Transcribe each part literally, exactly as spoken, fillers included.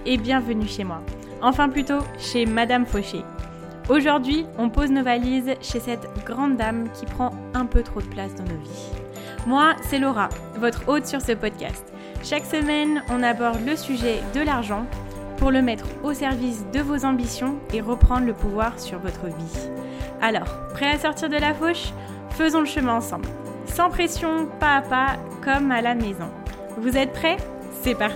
et bienvenue chez moi. Enfin plutôt chez Madame Fauché. Aujourd'hui, on pose nos valises chez cette grande dame qui prend un peu trop de place dans nos vies. Moi, c'est Laura, votre hôte sur ce podcast. Chaque semaine, on aborde le sujet de l'argent pour le mettre au service de vos ambitions et reprendre le pouvoir sur votre vie. Alors, prêt à sortir de la fauche ? Faisons le chemin ensemble. Sans pression, pas à pas, comme à la maison. Vous êtes prêts ? C'est parti !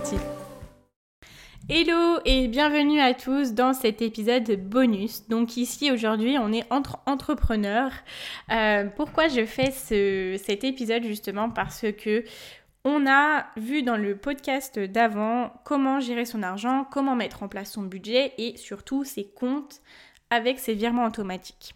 Hello et bienvenue à tous dans cet épisode bonus. Donc ici aujourd'hui on est entre entrepreneurs. Euh, pourquoi je fais ce, cet épisode justement ? Parce que on a vu dans le podcast d'avant comment gérer son argent, comment mettre en place son budget et surtout ses comptes avec ses virements automatiques.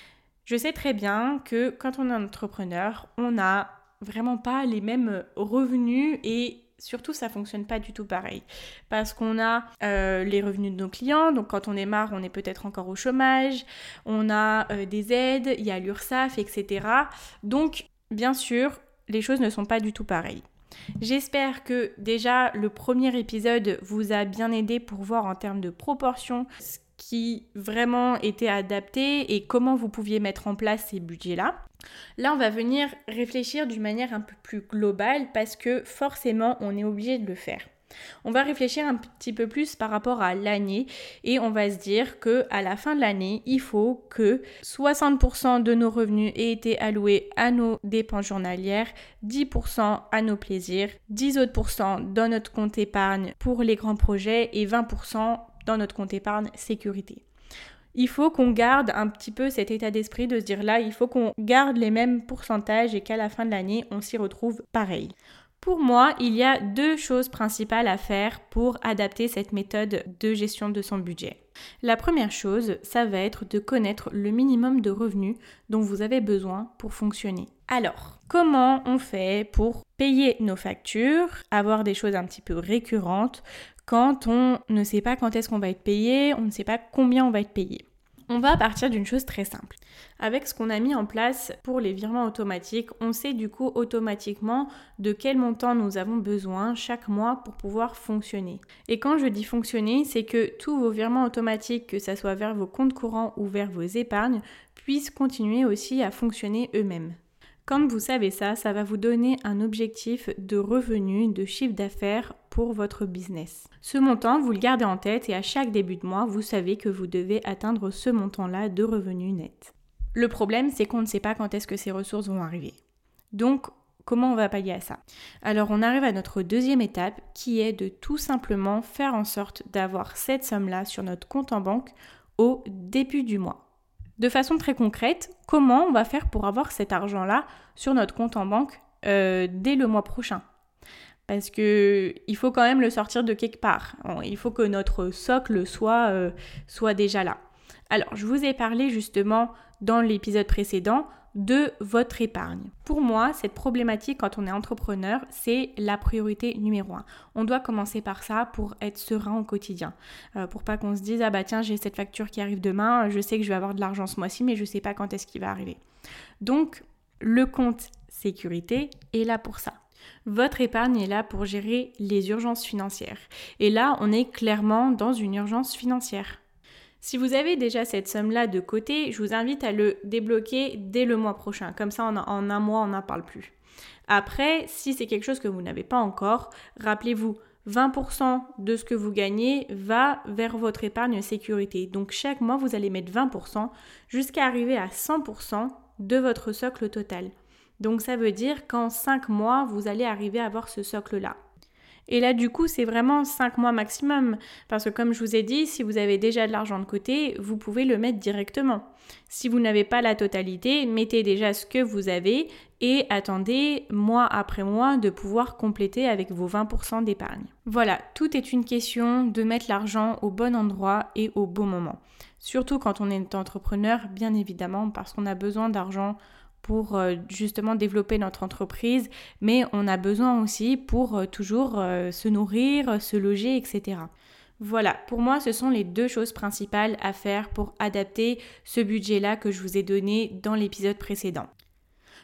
Je sais très bien que quand on est entrepreneur, on n'a vraiment pas les mêmes revenus et surtout, ça ne fonctionne pas du tout pareil parce qu'on a euh, les revenus de nos clients, donc quand on est marre, on est peut-être encore au chômage, on a euh, des aides, il y a l'URSSAF, et cetera. Donc, bien sûr, les choses ne sont pas du tout pareilles. J'espère que déjà le premier épisode vous a bien aidé pour voir en termes de proportions ce qui vraiment était adapté et comment vous pouviez mettre en place ces budgets-là. Là, on va venir réfléchir d'une manière un peu plus globale parce que forcément, on est obligé de le faire. On va réfléchir un petit peu plus par rapport à l'année et on va se dire qu'à la fin de l'année, il faut que soixante pour cent de nos revenus aient été alloués à nos dépenses journalières, dix pour cent à nos plaisirs, dix autres pourcents dans notre compte épargne pour les grands projets et vingt pour cent dans notre compte épargne sécurité. Il faut qu'on garde un petit peu cet état d'esprit de se dire là, il faut qu'on garde les mêmes pourcentages et qu'à la fin de l'année, on s'y retrouve pareil. Pour moi, il y a deux choses principales à faire pour adapter cette méthode de gestion de son budget. La première chose, ça va être de connaître le minimum de revenus dont vous avez besoin pour fonctionner. Alors, comment on fait pour payer nos factures, avoir des choses un petit peu récurrentes quand on ne sait pas quand est-ce qu'on va être payé, on ne sait pas combien on va être payé? On va partir d'une chose très simple. Avec ce qu'on a mis en place pour les virements automatiques, on sait du coup automatiquement de quel montant nous avons besoin chaque mois pour pouvoir fonctionner. Et quand je dis fonctionner, c'est que tous vos virements automatiques, que ce soit vers vos comptes courants ou vers vos épargnes, puissent continuer aussi à fonctionner eux-mêmes. Quand vous savez ça, ça va vous donner un objectif de revenu, de chiffre d'affaires pour votre business. Ce montant, vous le gardez en tête et à chaque début de mois, vous savez que vous devez atteindre ce montant-là de revenus nets. Le problème, c'est qu'on ne sait pas quand est-ce que ces ressources vont arriver. Donc, comment on va pallier à ça ? Alors, on arrive à notre deuxième étape qui est de tout simplement faire en sorte d'avoir cette somme-là sur notre compte en banque au début du mois. De façon très concrète, comment on va faire pour avoir cet argent-là sur notre compte en banque euh, dès le mois prochain ? Parce qu'il faut quand même le sortir de quelque part. Il faut que notre socle soit, euh, soit déjà là. Alors, je vous ai parlé justement dans l'épisode précédent de votre épargne. Pour moi, cette problématique quand on est entrepreneur, c'est la priorité numéro un. On doit commencer par ça pour être serein au quotidien. Euh, pour pas qu'on se dise « Ah bah tiens, j'ai cette facture qui arrive demain, je sais que je vais avoir de l'argent ce mois-ci, mais je sais pas quand est-ce qu'il va arriver. » Donc, le compte sécurité est là pour ça. Votre épargne est là pour gérer les urgences financières. Et là, on est clairement dans une urgence financière. Si vous avez déjà cette somme-là de côté, je vous invite à le débloquer dès le mois prochain. Comme ça, en, en un mois, on n'en parle plus. Après, si c'est quelque chose que vous n'avez pas encore, rappelez-vous, vingt pour cent de ce que vous gagnez va vers votre épargne sécurité. Donc, chaque mois, vous allez mettre vingt pour cent jusqu'à arriver à cent pour cent de votre socle total. Donc, ça veut dire qu'en cinq mois, vous allez arriver à avoir ce socle-là. Et là, du coup, c'est vraiment cinq mois maximum. Parce que comme je vous ai dit, si vous avez déjà de l'argent de côté, vous pouvez le mettre directement. Si vous n'avez pas la totalité, mettez déjà ce que vous avez et attendez mois après mois de pouvoir compléter avec vos vingt pour cent d'épargne. Voilà, tout est une question de mettre l'argent au bon endroit et au bon moment. Surtout quand on est entrepreneur, bien évidemment, parce qu'on a besoin d'argent pour euh, justement développer notre entreprise, mais on a besoin aussi pour euh, toujours euh, se nourrir, se loger, et cetera. Voilà, pour moi, ce sont les deux choses principales à faire pour adapter ce budget-là que je vous ai donné dans l'épisode précédent.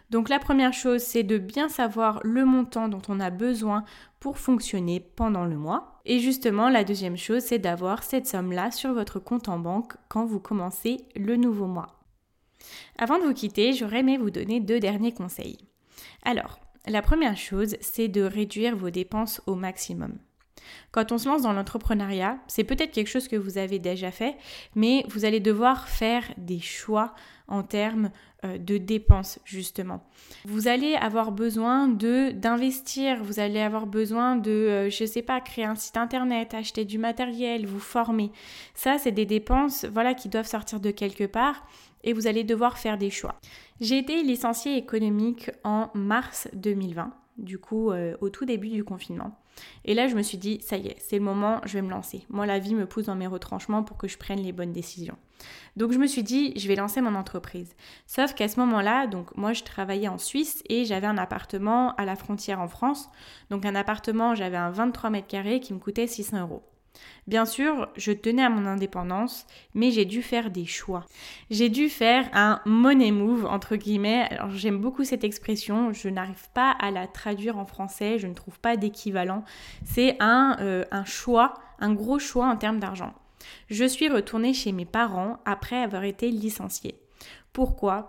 Donc la première chose, c'est de bien savoir le montant dont on a besoin pour fonctionner pendant le mois. Et justement, la deuxième chose, c'est d'avoir cette somme-là sur votre compte en banque quand vous commencez le nouveau mois. Avant de vous quitter, j'aurais aimé vous donner deux derniers conseils. Alors, la première chose, c'est de réduire vos dépenses au maximum. Quand on se lance dans l'entrepreneuriat, c'est peut-être quelque chose que vous avez déjà fait, mais vous allez devoir faire des choix en termes euh, de dépenses, justement. Vous allez avoir besoin de, d'investir, vous allez avoir besoin de, euh, je sais pas, créer un site internet, acheter du matériel, vous former. Ça, c'est des dépenses, voilà, qui doivent sortir de quelque part et vous allez devoir faire des choix. J'ai été licenciée économique en mars deux mille vingt, du coup, euh, au tout début du confinement. Et là, je me suis dit, ça y est, c'est le moment, je vais me lancer. Moi, la vie me pousse dans mes retranchements pour que je prenne les bonnes décisions. Donc, je me suis dit, je vais lancer mon entreprise. Sauf qu'à ce moment-là, donc moi, je travaillais en Suisse et j'avais un appartement à la frontière en France. Donc, un appartement, j'avais un vingt-trois mètres carrés qui me coûtait six cents euros. Bien sûr, je tenais à mon indépendance, mais j'ai dû faire des choix. J'ai dû faire un money move, entre guillemets. Alors, j'aime beaucoup cette expression, je n'arrive pas à la traduire en français, je ne trouve pas d'équivalent. C'est un, euh, un choix, un gros choix en termes d'argent. Je suis retournée chez mes parents après avoir été licenciée. Pourquoi ?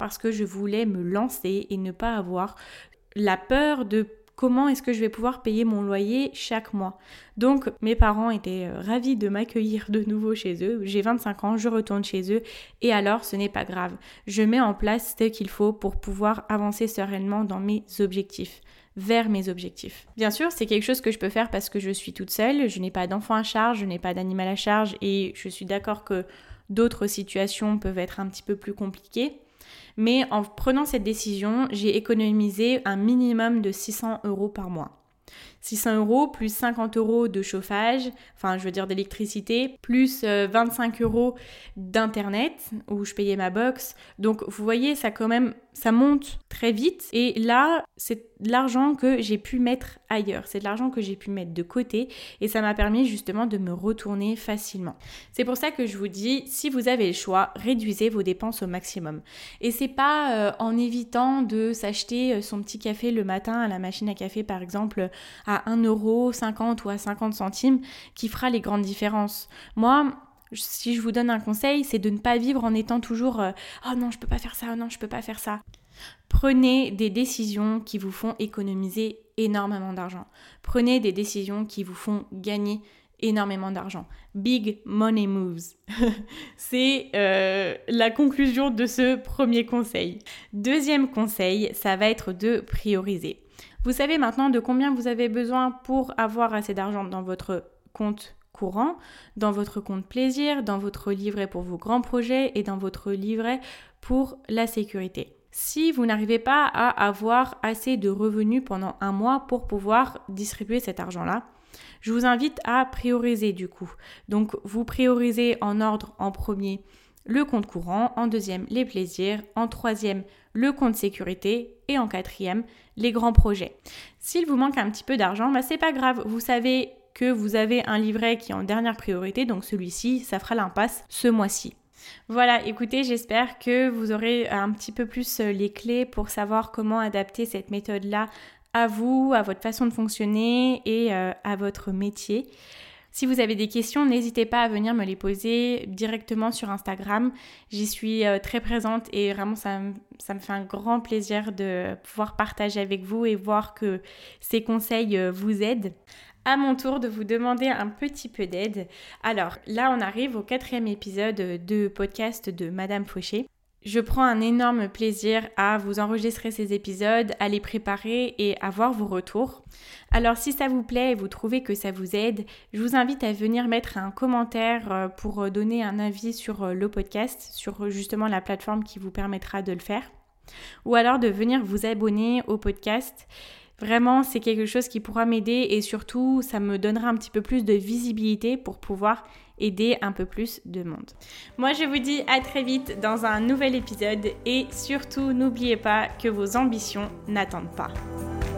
Parce que je voulais me lancer et ne pas avoir la peur de comment est-ce que je vais pouvoir payer mon loyer chaque mois. Donc, mes parents étaient ravis de m'accueillir de nouveau chez eux. J'ai vingt-cinq ans, je retourne chez eux et alors, ce n'est pas grave. Je mets en place ce qu'il faut pour pouvoir avancer sereinement dans mes objectifs, vers mes objectifs. Bien sûr, c'est quelque chose que je peux faire parce que je suis toute seule, je n'ai pas d'enfant à charge, je n'ai pas d'animal à charge et je suis d'accord que d'autres situations peuvent être un petit peu plus compliquées. Mais en prenant cette décision, j'ai économisé un minimum de six cents euros par mois. six cents euros plus cinquante euros de chauffage, enfin je veux dire d'électricité, plus vingt-cinq euros d'internet où je payais ma box. Donc vous voyez, ça quand même, ça monte très vite. Et là, c'est de l'argent que j'ai pu mettre ailleurs. C'est de l'argent que j'ai pu mettre de côté et ça m'a permis justement de me retourner facilement. C'est pour ça que je vous dis, si vous avez le choix, réduisez vos dépenses au maximum. Et c'est pas euh, en évitant de s'acheter son petit café le matin à la machine à café par exemple à un euro cinquante ou à cinquante centimes qui fera les grandes différences. Moi, si je vous donne un conseil, c'est de ne pas vivre en étant toujours euh, « Oh non, je peux pas faire ça, oh non, je peux pas faire ça ». Prenez des décisions qui vous font économiser énormément d'argent. Prenez des décisions qui vous font gagner énormément d'argent. Big money moves. C'est euh, la conclusion de ce premier conseil. Deuxième conseil, ça va être de prioriser. Vous savez maintenant de combien vous avez besoin pour avoir assez d'argent dans votre compte courant, dans votre compte plaisir, dans votre livret pour vos grands projets et dans votre livret pour la sécurité. Si vous n'arrivez pas à avoir assez de revenus pendant un mois pour pouvoir distribuer cet argent-là, je vous invite à prioriser du coup. Donc vous priorisez en ordre en premier le compte courant, en deuxième les plaisirs, en troisième le compte sécurité et en quatrième les grands projets. S'il vous manque un petit peu d'argent, bah c'est pas grave, vous savez que vous avez un livret qui est en dernière priorité, donc celui-ci, ça fera l'impasse ce mois-ci. Voilà, écoutez, j'espère que vous aurez un petit peu plus les clés pour savoir comment adapter cette méthode-là à vous, à votre façon de fonctionner et euh, à votre métier. Si vous avez des questions, n'hésitez pas à venir me les poser directement sur Instagram. J'y suis euh, très présente et vraiment ça, ça me fait un grand plaisir de pouvoir partager avec vous et voir que ces conseils euh, vous aident. À mon tour de vous demander un petit peu d'aide. Alors là, on arrive au quatrième épisode de podcast de Madame Fauché. Je prends un énorme plaisir à vous enregistrer ces épisodes, à les préparer et à voir vos retours. Alors si ça vous plaît et vous trouvez que ça vous aide, je vous invite à venir mettre un commentaire pour donner un avis sur le podcast, sur justement la plateforme qui vous permettra de le faire. Ou alors de venir vous abonner au podcast. Vraiment, c'est quelque chose qui pourra m'aider et surtout, ça me donnera un petit peu plus de visibilité pour pouvoir aider un peu plus de monde. Moi, je vous dis à très vite dans un nouvel épisode et surtout, n'oubliez pas que vos ambitions n'attendent pas.